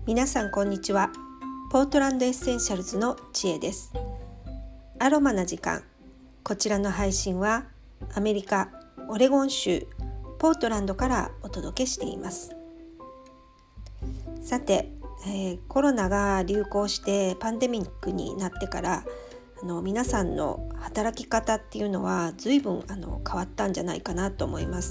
皆さんこんにちは。ポートランドエッセンシャルズの知恵です。アロマな時間。こちらの配信はアメリカオレゴン州ポートランドからお届けしています。さて、コロナが流行してパンデミックになってから皆さんの働き方っていうのは随分変わったんじゃないかなと思います。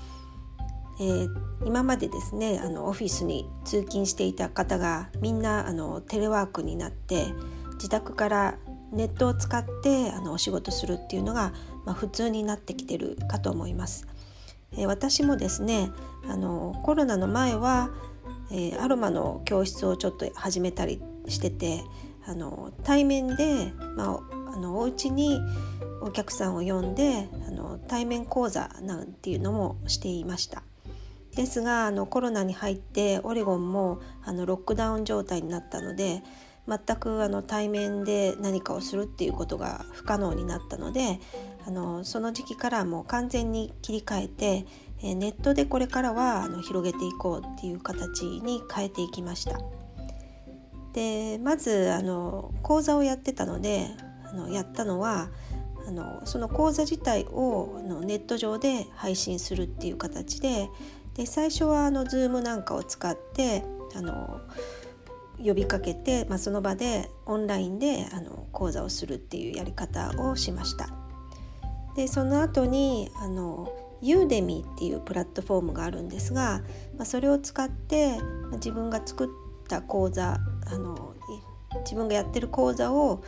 今までですねオフィスに通勤していた方がみんなテレワークになって自宅からネットを使ってお仕事するっていうのが、普通になってきてるかと思います。私もですねコロナの前は、アロマの教室をちょっと始めたりしてて対面で、お家にお客さんを呼んで対面講座なんていうのもしていました。ですがコロナに入ってオレゴンもロックダウン状態になったので全く対面で何かをするっていうことが不可能になったのでその時期からもう完全に切り替えてネットでこれからは広げていこうっていう形に変えていきました。でまず講座をやってたのでやったのはその講座自体をネット上で配信するっていう形で最初はZoom なんかを使って呼びかけて、その場でオンラインで講座をするっていうやり方をしました。でその後にユーデミーっていうプラットフォームがあるんですが、それを使って自分が作った講座自分がやってる講座を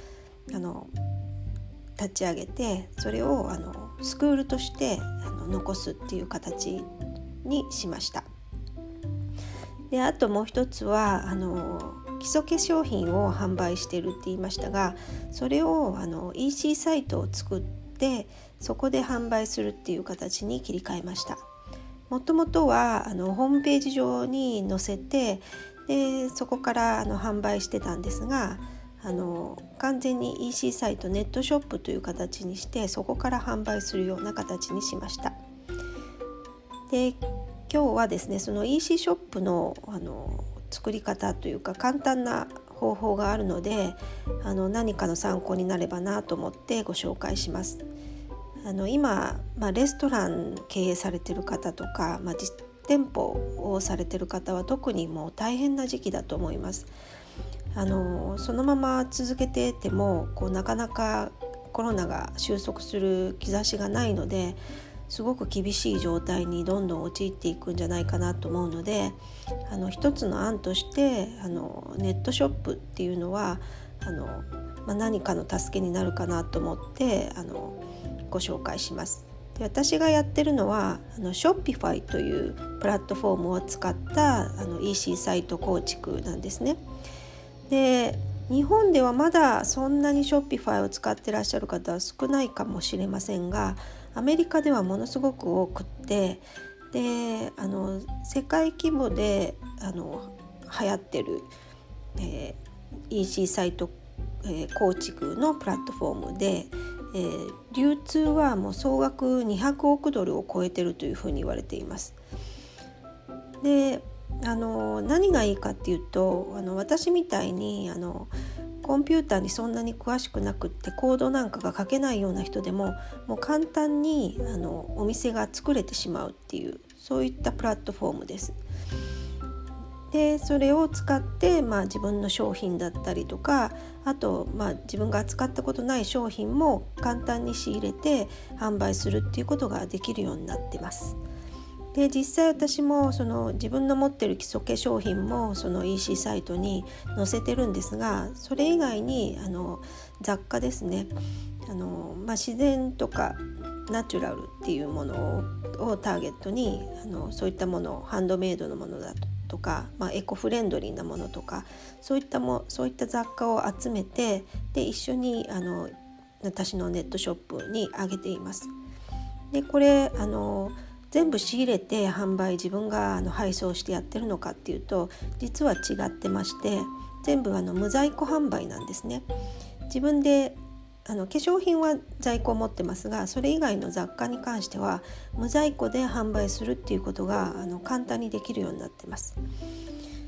立ち上げてそれをスクールとして残すっていう形にしました。であともう一つは基礎化粧品を販売しているって言いましたがそれをEC サイトを作ってそこで販売するっていう形に切り替えました。もともとはホームページ上に載せてでそこから販売してたんですが完全に EC サイトネットショップという形にしてそこから販売するような形にしました。で今日はですねその EC ショップの作り方というか簡単な方法があるので何かの参考になればなと思ってご紹介します。今、レストラン経営されている方とか、実店舗をされている方は特にもう大変な時期だと思います。そのまま続けててもなかなかコロナが収束する兆しがないのですごく厳しい状態にどんどん陥っていくんじゃないかなと思うので一つの案としてネットショップっていうのは何かの助けになるかなと思ってご紹介します。で私がやってるのはShopify というプラットフォームを使ったEC サイト構築なんですね。で日本ではまだそんなに Shopify を使ってらっしゃる方は少ないかもしれませんがアメリカではものすごく多くってで世界規模で流行ってる、EC サイト、構築のプラットフォームで、流通はもう総額200億ドルを超えてるというふうに言われています。で何がいいかっていうと私みたいにコンピューターにそんなに詳しくなくってコードなんかが書けないような人でももう簡単にお店が作れてしまうっていうそういったプラットフォームです。でそれを使って、自分の商品だったりとかあと、自分が扱ったことない商品も簡単に仕入れて販売するっていうことができるようになってます。で実際私も自分の持ってる基礎化粧品もその EC サイトに載せてるんですがそれ以外に雑貨ですね自然とかナチュラルっていうものをターゲットにそういったものハンドメイドのものだとか、エコフレンドリーなものとかそういった雑貨を集めてで一緒に私のネットショップに上げています。でこれ全部仕入れて販売自分が配送してやってるのかっていうと実は違ってまして全部無在庫販売なんですね。自分で化粧品は在庫を持ってますがそれ以外の雑貨に関しては無在庫で販売するっていうことが簡単にできるようになってます。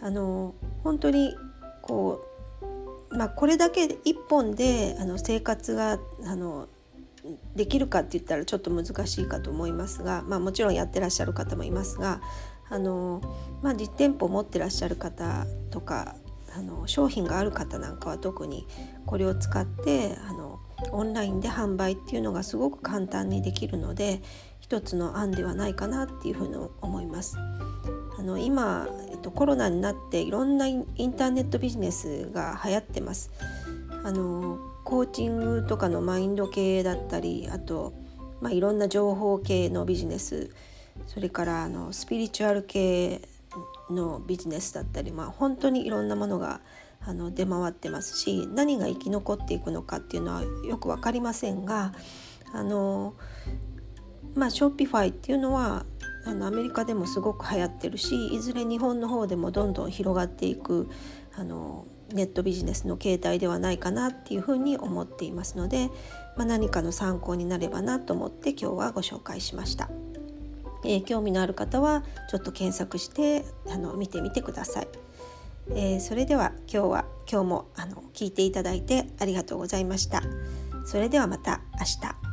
本当にこれだけ一本で生活ができるかって言ったらちょっと難しいかと思いますが、もちろんやってらっしゃる方もいますが、実店舗を持ってらっしゃる方とか商品がある方なんかは特にこれを使ってオンラインで販売っていうのがすごく簡単にできるので、一つの案ではないかなっていうふうに思います。今、コロナになっていろんなインターネットビジネスが流行ってます。コーチングとかのマインド系だったり、あと、いろんな情報系のビジネス、それからスピリチュアル系のビジネスだったり、本当にいろんなものが出回ってますし、何が生き残っていくのかっていうのはよく分かりませんが、Shopify っていうのはアメリカでもすごく流行ってるし、いずれ日本の方でもどんどん広がっていくネットビジネスの形態ではないかなっていうふうに思っていますので、何かの参考になればなと思って今日はご紹介しました。興味のある方はちょっと検索して見てみてください。それでは今日も聞いていただいてありがとうございました。それではまた明日。